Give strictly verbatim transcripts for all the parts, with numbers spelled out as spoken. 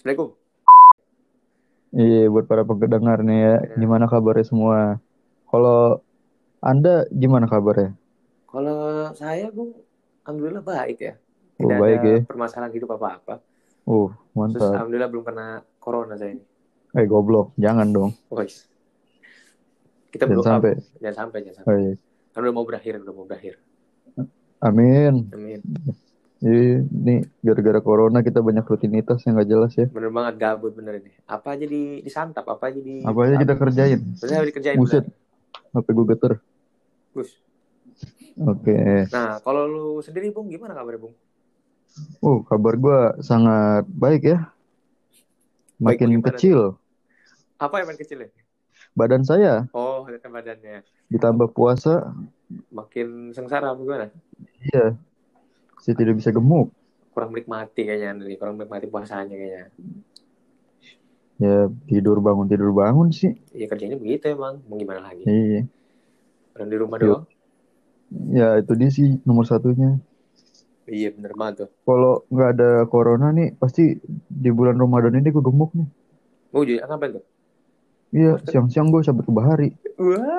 Assalamualaikum. Iya, buat para pendengar nih ya, Ya. gimana kabarnya semua? Kalau Anda gimana kabarnya? Kalau saya, Bung, alhamdulillah baik ya. Oh, Tidak ada baik ya. permasalahan hidup apa-apa. Uh, Terus mantap. alhamdulillah belum kena corona saya ini. Eh, goblok, jangan dong. Guys, kita Jangan berdoa, sampai. Bung. Jangan sampai, jangan Oh, sampai. iya. Kan udah mau berakhir, udah mau berakhir. Amin. Amin. Iya, nih gara-gara corona kita banyak rutinitas yang gak jelas ya. Bener banget gabut bener ini. Apa aja di disantap, apa aja di Apa aja kita kerjain? bener dikerjain bener. Buset, H P gue geter. Gus. Oke. Nah, kalau lu sendiri, Bung, gimana kabarnya, Bung? Uh, kabar gue sangat baik ya. Baik Makin bagaimana tuh? kecil Apa yang paling kecil ya? badan saya, Oh, lihat badannya. ditambah puasa, Makin sengsara apa gimana? iya, saya tidak bisa gemuk. Kurang menikmati kayaknya nih, kurang menikmati puasanya kayaknya. Ya tidur bangun tidur bangun sih. Iya kerjanya begitu emang, mau gimana lagi? Iya. Orang di rumah Yuk. doang. Ya itu dia sih nomor satunya. Iya bener banget tuh. Kalau nggak ada corona nih pasti di bulan Ramadan ini gue gemuk nih. Mau jadi ngapain tuh? Iya, Bos kan? siang-siang gue sampai ke Bahari. Wah,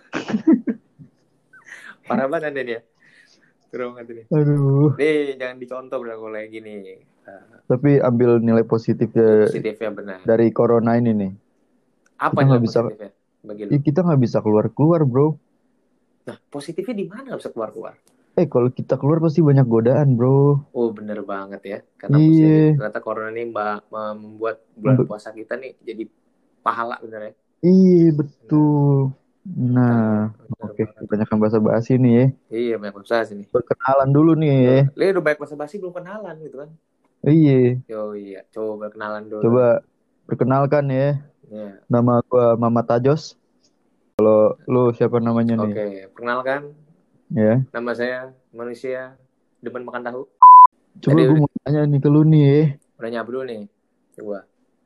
parah banget anda nih ya. Kurang banget ini. Aduh. Nih jangan dicontoh bro kalau kayak gini. Uh, Tapi ambil nilai positifnya positifnya benar. dari corona ini nih. Apa Kita nilai nggak bisa, positifnya bagi lu? ya kita nggak bisa keluar-keluar bro. Nah positifnya di mana nggak bisa keluar keluar? Eh kalau kita keluar pasti banyak godaan bro. Oh bener banget ya. Kata positif. Iya. Ternyata corona ini mbak membuat bulan puasa kita nih jadi pahala bener ya. Iya betul. Nah, Bener, bener oke, banget. banyak yang bahasa-bahasi nih ya. Iya banyak usaha sini. Perkenalan dulu nih ya. Lu udah banyak basa-basi belum kenalan gitu kan? Iya. Yo iya, coba kenalan dulu Coba nih. perkenalkan ya. Ya. Nama gua Mama Tajos. Lu siapa namanya nih? Oke, perkenalkan Ya. nama saya manusia demen makan tahu. Coba Tadi gue udah, mau tanya nih ke lu nih ya. udah nyapa dulu nih. Coba.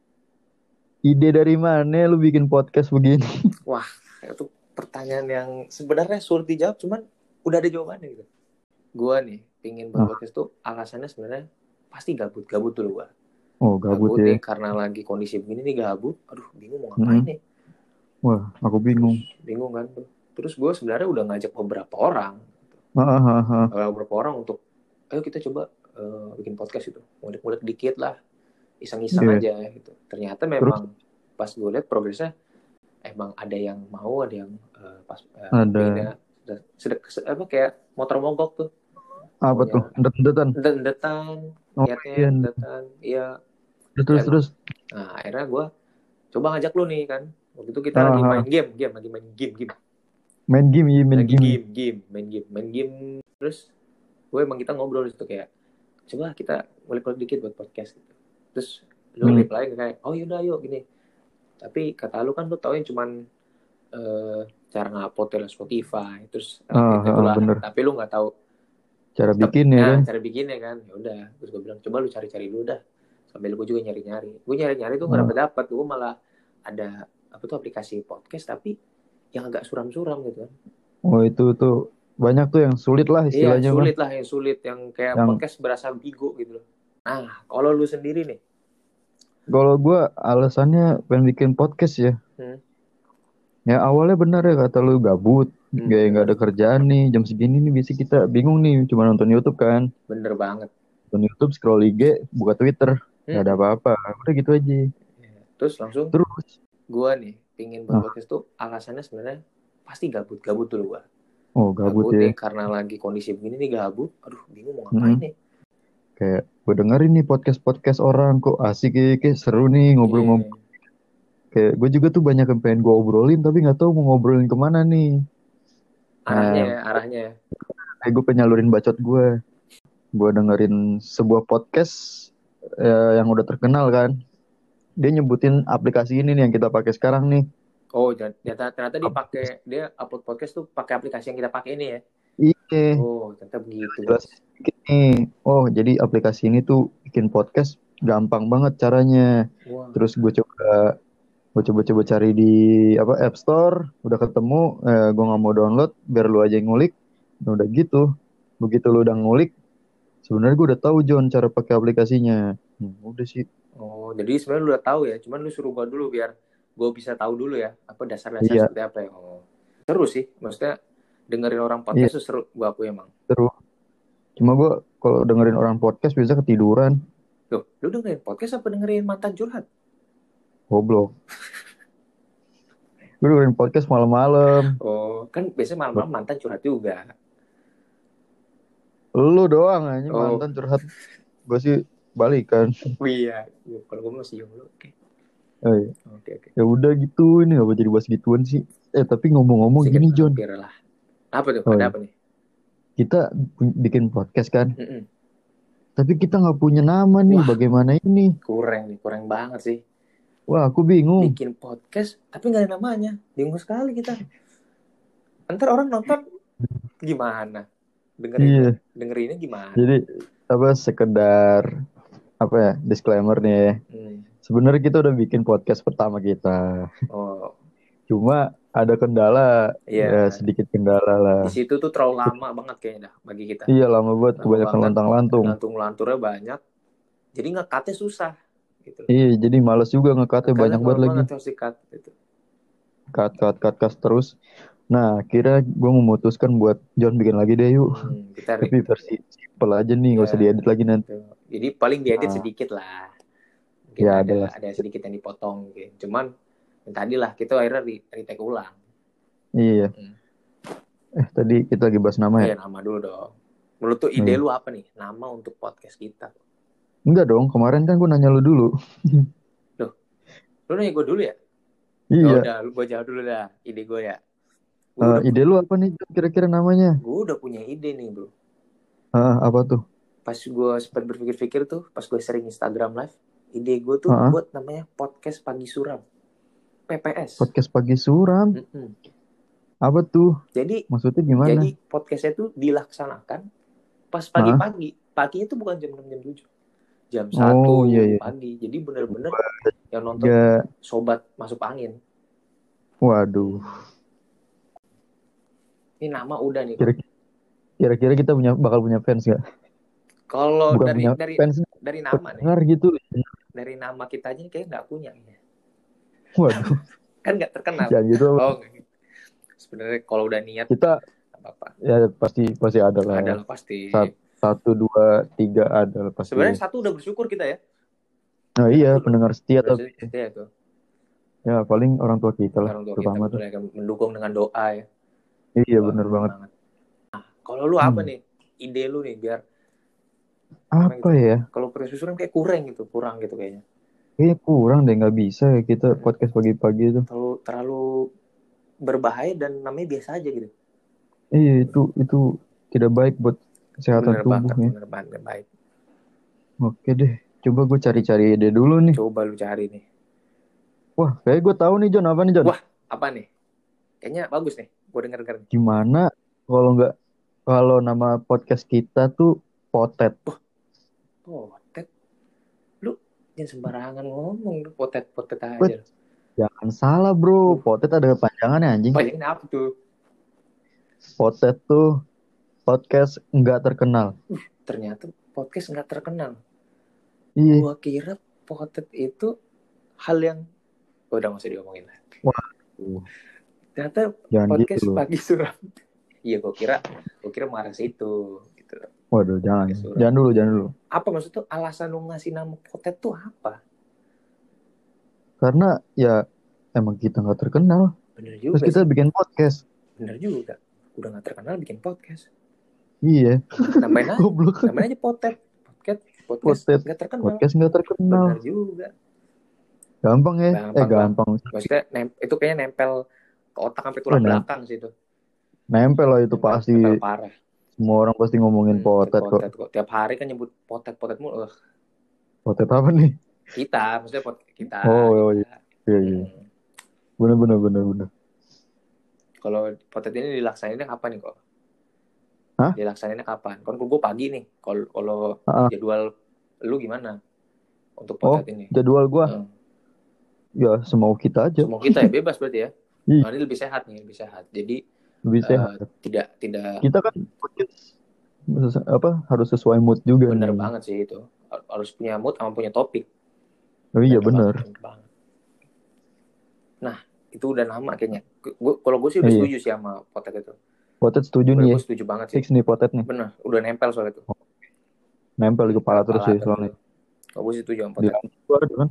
Ide dari mana lu bikin podcast begini? Wah, itu pertanyaan yang sebenarnya sulit dijawab, cuman udah ada jawabannya gitu. Gua nih pingin buat Ah. podcast tuh alasannya sebenarnya pasti gabut, gabut dulu gua. Oh gabut, Gabut ya. nih karena lagi kondisi begini nih gabut. Aduh, bingung mau ngapain Hmm. nih. Wah, aku bingung. Terus, bingung kan tuh. Terus gue sebenarnya udah ngajak beberapa orang, Ah, ah, ah, ah. beberapa orang untuk, ayo kita coba uh, bikin podcast itu, ngulik-ngulik dikit lah, iseng-iseng Iya. aja gitu. Ternyata Terus memang pas gue lihat progresnya, emang ada yang mau, ada yang uh, pas uh, ada pindah, sedek, sedek, apa kayak motor mogok tuh, apa maunya tuh? Endet-endetan. endet-endetan, Oh niatnya iya. endetan, iya. Terus Ya, terus. nah akhirnya gue coba ngajak lu nih kan, waktu itu kita Ah, lagi ah. main game, game lagi main game, game. Main game, iya main lagi game. game, game, main game, main game. Terus gue emang kita ngobrol itu kayak, coba kita ngulik-ngulik dikit buat podcast gitu. Terus lu Hmm. reply kayak, oh yaudah yuk gini. Tapi kata lu kan lu tau yang cuman uh, cara ngupload ke Spotify, terus Ah, gitu ah, lah. bener. Tapi lu nggak tahu Cara tetep, bikin ya nah, kan? cara bikinnya kan. Ya udah, terus gue bilang coba lu cari-cari dulu dah. Sambil gue juga nyari-nyari. Gue nyari-nyari tuh nggak Ah. dapet dapat. Gue malah ada apa tuh aplikasi podcast tapi yang agak suram-suram gitu kan. Oh itu tuh banyak tuh yang sulit lah Iya istilahnya sulit mah. lah yang sulit yang kayak Yang podcast berasa bigo gitu loh. Nah kalau lu sendiri nih, kalau gue alasannya pengen bikin podcast ya. hmm, Ya awalnya benar ya kata lu gabut, hmm, kayak nggak bener, ada kerjaan nih jam segini nih biasa kita bingung nih cuma nonton YouTube kan, bener banget. nonton YouTube scroll I G buka Twitter nggak Hmm. ada apa-apa, udah gitu aja. Terus langsung Terus gue nih pingin buat ah, podcast tuh alasannya sebenarnya pasti gabut gabut dulu gue. oh gabut Gabut ya. nih karena lagi kondisi begini nih gabut. Aduh bingung mau ngapain Mm-mm. nih. Kayak gue dengerin nih podcast podcast orang kok asik ya, kayak seru nih ngobrol-ngobrol. Iya. Kayak gue juga tuh banyak yang pengen gue obrolin tapi nggak tahu mau ngobrolin kemana nih. Arahnya Nah, ya arahnya ya. kayak gue penyalurin bacot gue. Gue dengerin sebuah podcast eh, yang udah terkenal kan. Dia nyebutin aplikasi ini nih yang kita pakai sekarang nih. Oh ternyata ternyata dia pakai dia upload podcast tuh pakai aplikasi yang kita pakai ini ya. Iya, Oh ternyata begitu. jelas sedikit nih. Oh, jadi aplikasi ini tuh bikin podcast gampang banget caranya. Wah. Terus gue coba gue coba-coba cari di apa App Store, udah ketemu, eh, gue nggak mau download, biar lu aja yang ngulik. Nah, udah gitu, begitu lu udah ngulik, sebenarnya gue udah tahu John cara pakai aplikasinya. Hmm, udah sih, Oh, jadi sebenarnya lu udah tahu ya, cuman lu suruh gua dulu biar gua bisa tahu dulu ya, apa dasar-dasar Iya, seperti apa ya. Oh. Seru sih, maksudnya dengerin orang iya podcast tuh seru, gua aku emang. seru. Cuma gue kalau dengerin orang podcast biasa ketiduran. Loh, lu dengerin podcast apa dengerin mantan curhat? Goblok. Gue dengerin podcast malam-malam. Oh, kan biasanya malam-malam mantan curhat juga. Lu doang aja Oh, mantan curhat. Gue sih balikan. oh iya. Iya, kalau gua masih jomblo. Oke. Oh, iya. Oke, oke. Ya udah gitu, ini gak jadi bahas gituan sih. Eh tapi ngomong-ngomong Sedikit gini John. mampir lah. Apa tuh? Oh, Ada iya. apa nih? Kita pu- bikin podcast kan. Mm-mm. Tapi kita nggak punya nama nih. Wah, Bagaimana ini? kurang nih, kurang banget sih. Wah aku bingung. Bikin podcast, tapi nggak ada namanya. Bingung sekali kita. Ntar orang nonton gimana? Dengerinnya, Iya. dengerinnya gimana? Jadi apa sekedar apa ya disclaimer nih ya. Hmm. Sebenarnya kita udah bikin podcast pertama kita. Oh, Cuma ada kendala, ya iya. sedikit kendala lah. Di situ tuh terlalu lama banget kayaknya dah bagi kita. Iya lama banget, Lama kebanyakan banget. lantang-lantung. Lantung-lanturnya banyak. Jadi nge-cutnya susah. Gitu. Iya, jadi males juga ngekatnya Nge-cutnya banyak banget lama lagi. banget harus di-cut. Gitu. Cut, cut, cut, cut terus. Nah, kira gue memutuskan buat John bikin lagi deh yuk. Hmm, kita Tapi versi simple aja nih, gak ya, usah diedit lagi nanti. gitu. Jadi paling diedit Nah, sedikit lah. Mungkin ya ada adalah. ada sedikit yang dipotong mungkin. Cuman yang tadi lah kita akhirnya re- retake ulang. Iya. Hmm. Eh, tadi kita lagi bahas nama Iya, ya? nama dulu dong. Menurut tuh ide Iya. lu apa nih? Nama untuk podcast kita. Enggak dong, kemarin kan gue nanya lu dulu. Loh, lu nanya gue dulu ya? Iya. Oh, udah, gue jawab dulu dah. Ide gue ya. Gue Eh, udah, ide lu apa nih John, kira-kira namanya? gue udah punya ide nih, bro. Ah, apa tuh? Pas gue sempat berpikir-pikir tuh, pas gue sering Instagram live, ide gue tuh Ah, buat namanya podcast Pagi Suram. P P S. podcast pagi suram. Mm-mm. Apa tuh? Jadi, Maksudnya gimana? jadi podcastnya tuh dilaksanakan pas Ah, pagi-pagi. Paginya tuh bukan jam enam, jam tujuh. Jam satu oh iya iya. pagi. Jadi bener-bener yang nonton Tiga. sobat masuk angin. Waduh. Ini nama udah nih. Kira- Kira-kira kita punya bakal punya fans gak? Kalau Bukan dari punya dari fans, dari nama nih, pendengar gitu. dari nama kita aja kayak nggak punya. Waduh, Kan nggak terkenal. jangan gitu. Oh, sebenarnya kalau udah niat Kita apa-apa. ya pasti pasti ada lah. Ada lah pasti. Sat- Satu, dua, tiga ada lah pasti. Sebenarnya satu udah bersyukur kita ya. Nah iya, Satu pendengar setia udah tapi setia tuh. ya paling orang tua kita lah Orang tua kita terutama betul tuh. ya, kan mendukung dengan doa ya. Iya Wah, bener banget. Kalau lu apa Hmm. nih? Ide lu nih biar Apa gitu. ya? Kalau podcast susuran kayak kurang gitu, kurang gitu kayaknya. Kayaknya kurang deh, nggak bisa ya kita podcast pagi-pagi itu. Terlalu terlalu berbahaya dan namanya biasa aja gitu. Iya itu itu tidak baik buat kesehatan Bener tubuh banget, ya. bener banget, bener baik. Oke deh, coba gue cari-cari ide dulu nih. Coba lu cari nih. Wah, kayak gue tahu nih John, apa nih John? Wah, apa nih? Kayaknya bagus nih. Gue denger-denger nih. Gimana kalau nggak kalau nama podcast kita tuh Potet. Potet. Lu jangan sembarangan ngomong lu potet-potet aja. Bet. Jangan salah bro, Potet ada kepanjangannya anjing. Banyak apa tuh? Potet tuh podcast nggak terkenal. Ternyata podcast nggak terkenal. Iya. Gua kira potet itu hal yang oh, udah nggak usah diomongin lah. Wah. Ternyata Jangan podcast gitu loh. pagi suram. Iya, gua kira gua kira marah situ gitu. Waduh, jangan. Podcast suram. Jangan dulu, jangan dulu. Apa maksud tuh alasan lu ngasih nama potet tuh apa? Karena ya emang kita nggak terkenal. Bener juga Terus kita sih. bikin podcast. Bener juga. Udah nggak terkenal bikin podcast. Iya. Nambahin aja, Goblok. nambahin aja potet. Podcast, podcast Potet. nggak terkenal. Podcast nggak terkenal. Bener juga. Gampang ya? Gampang, eh gampang. Maksudnya nem- itu kayaknya nempel ke otak sampai Oh, tulang nem- belakang sih itu. Nempel lah itu Nempel, pasti. nempel parah. Semua orang pasti ngomongin Hmm, potet kok. potet kok. Tiap hari kan nyebut potet-potet mulu. Uh, Potet apa nih? kita, maksudnya pot kita. Oh, oh, kita. Iya iya. Hmm. Bener bener bener bener. Kalau potet ini dilaksanainnya kapan nih kok? Hah? Dilaksanainnya kapan? Kan gue pagi nih. Kalau kalau Ah, ah. jadwal lu gimana untuk Oh, potet ini? jadwal gua Hmm. ya semau kita aja. Semua kita ya bebas berarti ya. Ih. Nah, ini lebih sehat nih, lebih sehat. Jadi Lebih eh, sehat. tidak tidak Kita kan podcast ses- apa harus sesuai mood juga bener nih. banget sih itu. Harus punya mood sama punya topik. Oh iya Bener bener. banget, bener banget. Nah, itu udah nama kayaknya. Gue kalau gue sih udah Iya. setuju sih sama potet itu. Potet setuju Gue nih ya. gue setuju banget sih. Fix nih potet nih. Bener, udah nempel soal itu. Nempel di kepala Nempel terus kepala ya soalnya. terus. Kalau gue setuju sama Di potet. luar kan.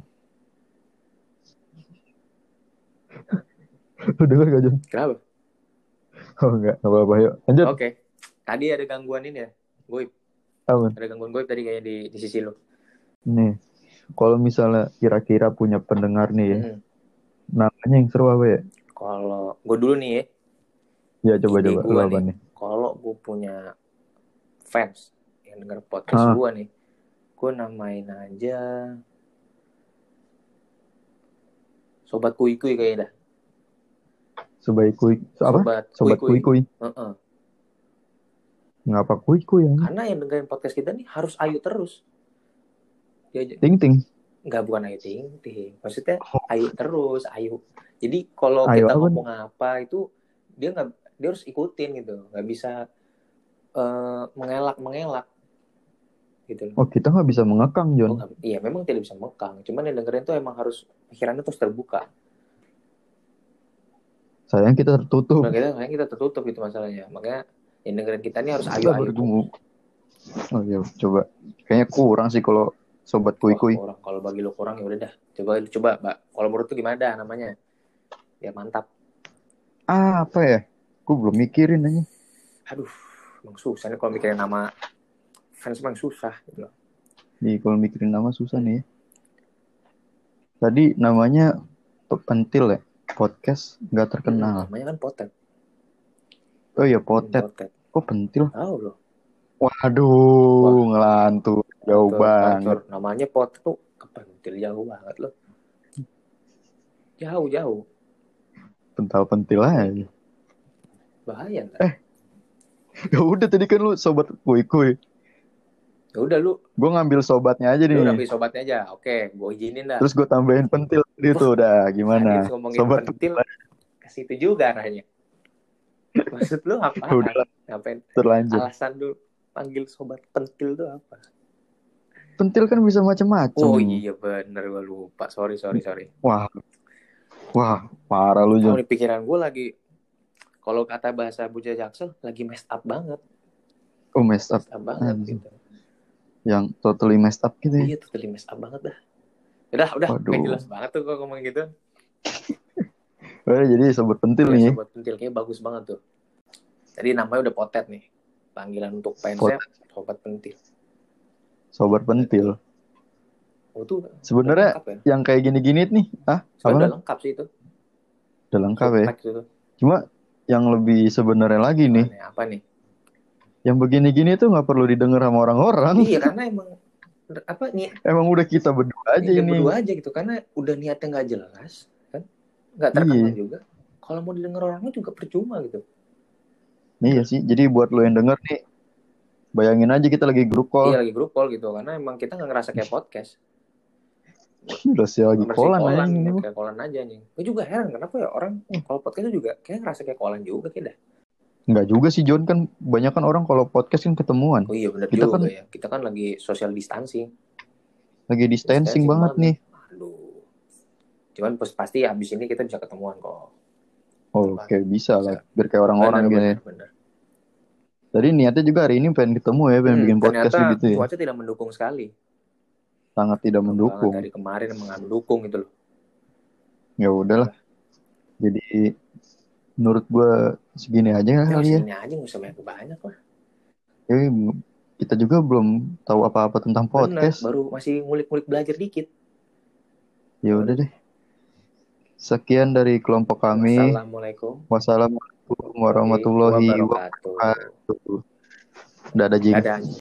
Lu denger gak Jon? Kenapa? Oh enggak, enggak apa-apa yuk. Lanjut. Oke. Tadi ada gangguan ini ya. Goib. Aman. Ada gangguan goib tadi kayaknya di, di sisi lo. Nih, kalau misalnya kira-kira punya pendengar nih ya, Mm-mm. namanya yang seru apa ya? Kalau gue dulu nih ya. Ya coba Ide coba gue lu apa nih. nih? Kalau gue punya fans yang denger podcast Hah? gue nih, gue namain aja Sobat Kui Kui kayaknya dah. Sobat kui apa? Sobat Sobat kui kui. Uh-uh. Ngapa kui kui ya? Karena yang dengerin podcast kita nih harus ayu terus. Ya, Ting ting. nggak bukan ayu ting ting. Maksudnya ayu terus, ayu. Jadi kalau Ayo kita apa? ngomong apa itu dia nggak dia harus ikutin gitu, nggak bisa uh, mengelak mengelak gitu. Oh kita nggak bisa mengekang Jon. Oh, iya memang tidak bisa mengekang. Cuman yang dengerin tuh emang harus pikirannya terus terbuka. Sayang kita tertutup. Nah, kita, kita tertutup itu masalahnya. Makanya yang dengerin kita ini harus ayu-ayu. Oh iya, coba. Kayaknya kurang sih kalau sobat kui-kui. Oh, kalau bagi lo kurang ya udah dah. Coba coba, Mbak. Kalau menurut tuh gimana dah namanya? Ya mantap. Ah, apa ya? Gue belum mikirin aja. Aduh, emang susah nih kalau mikirin nama fans emang susah gitu loh. Nih, kalau mikirin nama susah nih. Tadi namanya pentil ya? Podcast nggak terkenal. Hmm, namanya kan potet. Oh iya potet. potet. Kok pentil? Tahu loh. Waduh, Wah. ngelantur jauh Betul, banget. Betul. Namanya potet tuh kepentil jauh banget loh. Jauh jauh. Pental pentil aja. Bahaya kan? Eh, ya udah tadi kan lu sobat kui kui. Ya udah lu. Gue ngambil sobatnya aja nih. Lu ngambil sobatnya aja. Oke, gue izinin dah. Terus gue tambahin pentil gitu udah gimana? Sobat pentil. Kasih itu juga arahnya. Maksud lu apa? Udah, ngapain? Terlanjur. Alasan lu panggil sobat pentil tuh apa? Pentil kan bisa macam-macam. Oh iya bener, gue lupa. Sorry, sorry, sorry. Wah, wah parah lu Jon. Oh, pikiran gue lagi, kalau kata bahasa Buja Jaksel, lagi messed up banget. Oh messed up, messed up banget Anjir. gitu. Yang totally messed up gitu ya? Iya, totally messed up banget dah. Udah, udah, kayak jelas banget tuh gue ngomong gitu. Oh, jadi sobat pentil ya, nih. Sobat pentil kayaknya bagus banget tuh. Jadi namanya udah potet nih. Panggilan untuk fansnya sobat pentil. Sobat pentil. Oh tuh. Sebenarnya ya? Yang kayak gini-gini nih, ah, apa? Udah lengkap sih itu. Udah lengkap ya. Itu. Cuma yang lebih sebenarnya lagi nih. Mana, apa nih? Yang begini-gini tuh nggak perlu didengar sama orang-orang. Iya karena emang apa nih? Emang udah kita berdua aja ini. Berdua aja gitu karena udah niatnya nggak jelas kan, nggak terkenal iya. juga. Kalau mau didengar orangnya juga percuma gitu. Iya sih. Jadi buat lo yang denger nih, bayangin aja kita lagi grup call. Iya lagi grup call gitu karena emang kita nggak ngerasa kayak podcast. Udah sih lagi callan aja ini. Kayak callan aja nih. Gue juga heran kenapa ya orang kalau podcast itu juga kayak ngerasa kayak callan juga kayak dah. Enggak juga sih Jon, kan banyak kan orang kalau podcast kan ketemuan. Oh iya benar kita juga kan, ya. Kita kan lagi social distancing. Lagi distancing, distancing banget, banget nih. Aduh. Cuman pasti abis ini kita bisa ketemuan kok. Oh, oke okay. bisa, bisa lah. Biar kayak orang-orang gitu ya. Bener. Tadi niatnya juga hari ini pengen ketemu ya, pengen hmm, bikin podcast gitu ya. Cuaca tidak mendukung sekali. Sangat tidak mendukung. Dari kemarin emang gak mendukung gitu loh. Ya udahlah. Jadi menurut gue segini aja ya, kali ya. Segini aja gak usah banyak-banyak lah. Ya, kita juga belum tahu apa-apa tentang podcast. Bener, baru masih ngulik-ngulik belajar dikit. Ya udah deh. Sekian dari kelompok kami. Assalamualaikum. Wassalamualaikum warahmatullahi wabarakatuh. Dadah Jing. Dadah.